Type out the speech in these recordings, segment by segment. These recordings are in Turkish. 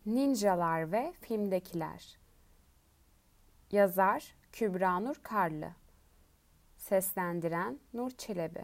Ninjalar ve Filmdekiler. Yazar Kübra Nur Karlı. Seslendiren Nur Çelebi.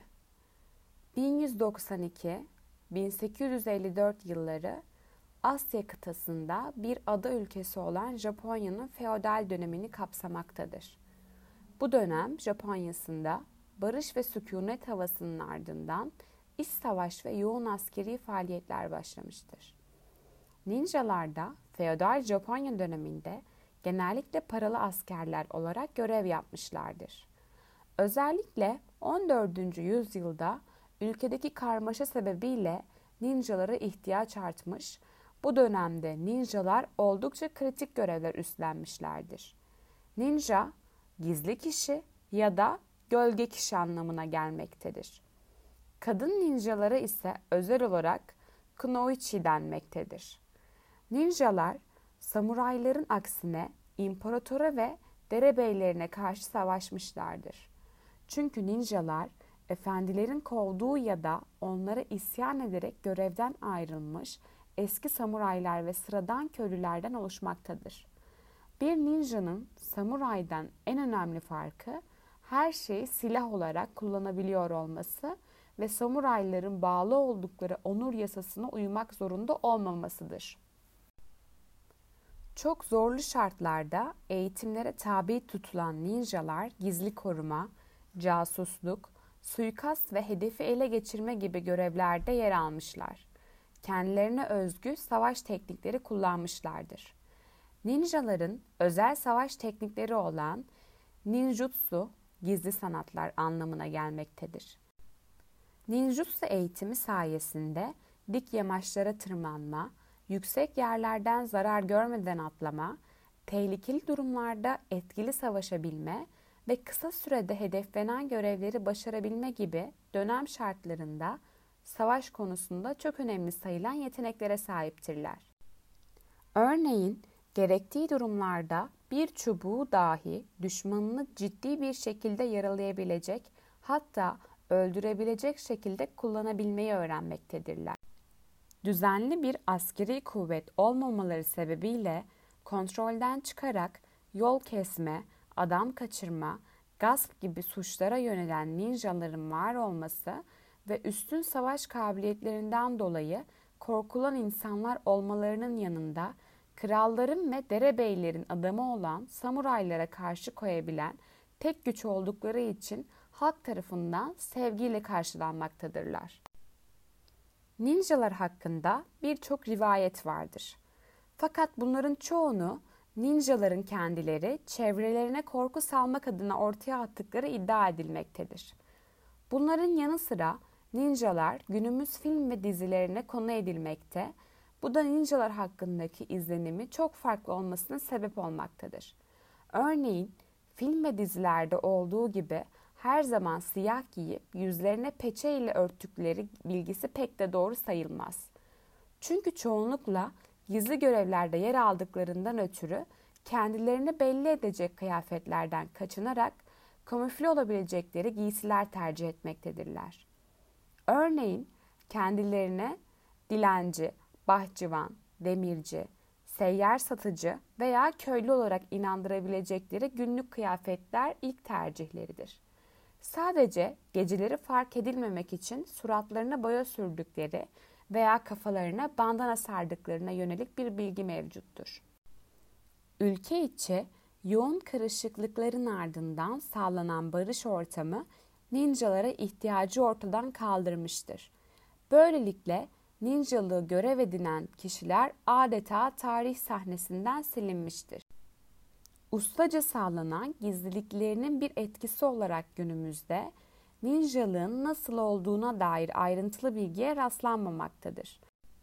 1192-1854 yılları Asya kıtasında bir ada ülkesi olan Japonya'nın feodal dönemini kapsamaktadır. Bu dönem Japonya'sında barış ve sükunet havasının ardından iç savaş ve yoğun askeri faaliyetler başlamıştır. Ninjalar da feodal Japonya döneminde genellikle paralı askerler olarak görev yapmışlardır. Özellikle 14. yüzyılda ülkedeki karmaşa sebebiyle ninjalara ihtiyaç artmış, bu dönemde ninjalar oldukça kritik görevler üstlenmişlerdir. Ninja, gizli kişi ya da gölge kişi anlamına gelmektedir. Kadın ninjalara ise özel olarak kunoichi denmektedir. Ninjalar, samurayların aksine imparatora ve derebeylerine karşı savaşmışlardır. Çünkü ninjalar, efendilerin kovduğu ya da onlara isyan ederek görevden ayrılmış eski samuraylar ve sıradan köylülerden oluşmaktadır. Bir ninjanın samuraydan en önemli farkı, her şeyi silah olarak kullanabiliyor olması ve samurayların bağlı oldukları onur yasasına uymak zorunda olmamasıdır. Çok zorlu şartlarda eğitimlere tabi tutulan ninjalar gizli koruma, casusluk, suikast ve hedefi ele geçirme gibi görevlerde yer almışlar. Kendilerine özgü savaş teknikleri kullanmışlardır. Ninjaların özel savaş teknikleri olan ninjutsu, gizli sanatlar anlamına gelmektedir. Ninjutsu eğitimi sayesinde dik yamaçlara tırmanma, yüksek yerlerden zarar görmeden atlama, tehlikeli durumlarda etkili savaşabilme ve kısa sürede hedeflenen görevleri başarabilme gibi dönem şartlarında savaş konusunda çok önemli sayılan yeteneklere sahiptirler. Örneğin gerektiği durumlarda bir çubuğu dahi düşmanını ciddi bir şekilde yaralayabilecek, hatta öldürebilecek şekilde kullanabilmeyi öğrenmektedirler. Düzenli bir askeri kuvvet olmamaları sebebiyle kontrolden çıkarak yol kesme, adam kaçırma, gasp gibi suçlara yönelen ninjaların var olması ve üstün savaş kabiliyetlerinden dolayı korkulan insanlar olmalarının yanında kralların ve derebeylerin adamı olan samuraylara karşı koyabilen tek güç oldukları için halk tarafından sevgiyle karşılanmaktadırlar. Ninjalar hakkında birçok rivayet vardır. Fakat bunların çoğunu ninjaların kendileri çevrelerine korku salmak adına ortaya attıkları iddia edilmektedir. Bunların yanı sıra ninjalar günümüz film ve dizilerine konu edilmekte, bu da ninjalar hakkındaki izlenimi çok farklı olmasına sebep olmaktadır. Örneğin film ve dizilerde olduğu gibi her zaman siyah giyip yüzlerine peçe ile örttükleri bilgisi pek de doğru sayılmaz. Çünkü çoğunlukla gizli görevlerde yer aldıklarından ötürü kendilerini belli edecek kıyafetlerden kaçınarak kamufle olabilecekleri giysiler tercih etmektedirler. Örneğin kendilerine dilenci, bahçıvan, demirci, seyyar satıcı veya köylü olarak inandırabilecekleri günlük kıyafetler ilk tercihleridir. Sadece geceleri fark edilmemek için suratlarına boya sürdükleri veya kafalarına bandana sardıklarına yönelik bir bilgi mevcuttur. Ülke içi yoğun karışıklıkların ardından sağlanan barış ortamı ninjalara ihtiyacı ortadan kaldırmıştır. Böylelikle ninjalığı görev edinen kişiler adeta tarih sahnesinden silinmiştir. Ustaca sağlanan gizliliklerinin bir etkisi olarak günümüzde ninjalığın nasıl olduğuna dair ayrıntılı bilgiye rastlanmamaktadır.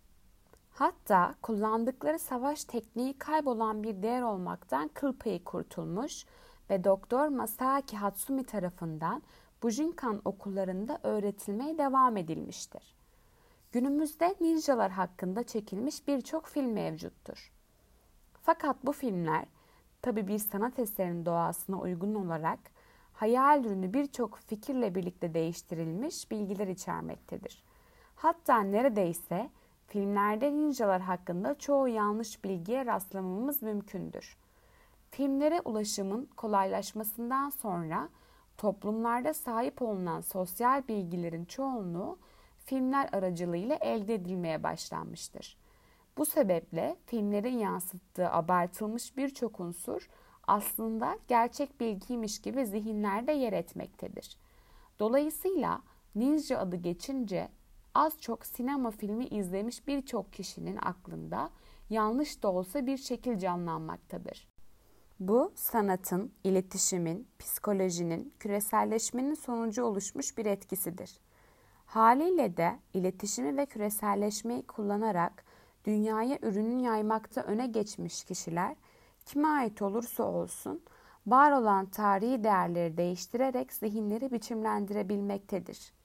Hatta kullandıkları savaş tekniği kaybolan bir değer olmaktan kıl payı kurtulmuş ve Doktor Masaaki Hatsumi tarafından Bujinkan okullarında öğretilmeye devam edilmiştir. Günümüzde ninjalar hakkında çekilmiş birçok film mevcuttur. Fakat bu filmler tabii bir sanat eserinin doğasına uygun olarak hayal ürünü birçok fikirle birlikte değiştirilmiş bilgiler içermektedir. Hatta neredeyse Filmlerde ninjalar hakkında çoğu yanlış bilgiye rastlamamız mümkündür. Filmlere ulaşımın kolaylaşmasından sonra toplumlarda sahip olunan sosyal bilgilerin çoğunluğu filmler aracılığıyla elde edilmeye başlanmıştır. Bu sebeple filmlerin yansıttığı abartılmış birçok unsur aslında gerçek bilgiymiş gibi zihinlerde yer etmektedir. Dolayısıyla ninja adı geçince az çok sinema filmi izlemiş birçok kişinin aklında yanlış da olsa bir şekil canlanmaktadır. Bu sanatın, iletişimin, psikolojinin, küreselleşmenin sonucu oluşmuş bir etkisidir. Haliyle de iletişimi ve küreselleşmeyi kullanarak dünyaya ürünü yaymakta öne geçmiş kişiler, kime ait olursa olsun, var olan tarihi değerleri değiştirerek zihinleri biçimlendirebilmektedir.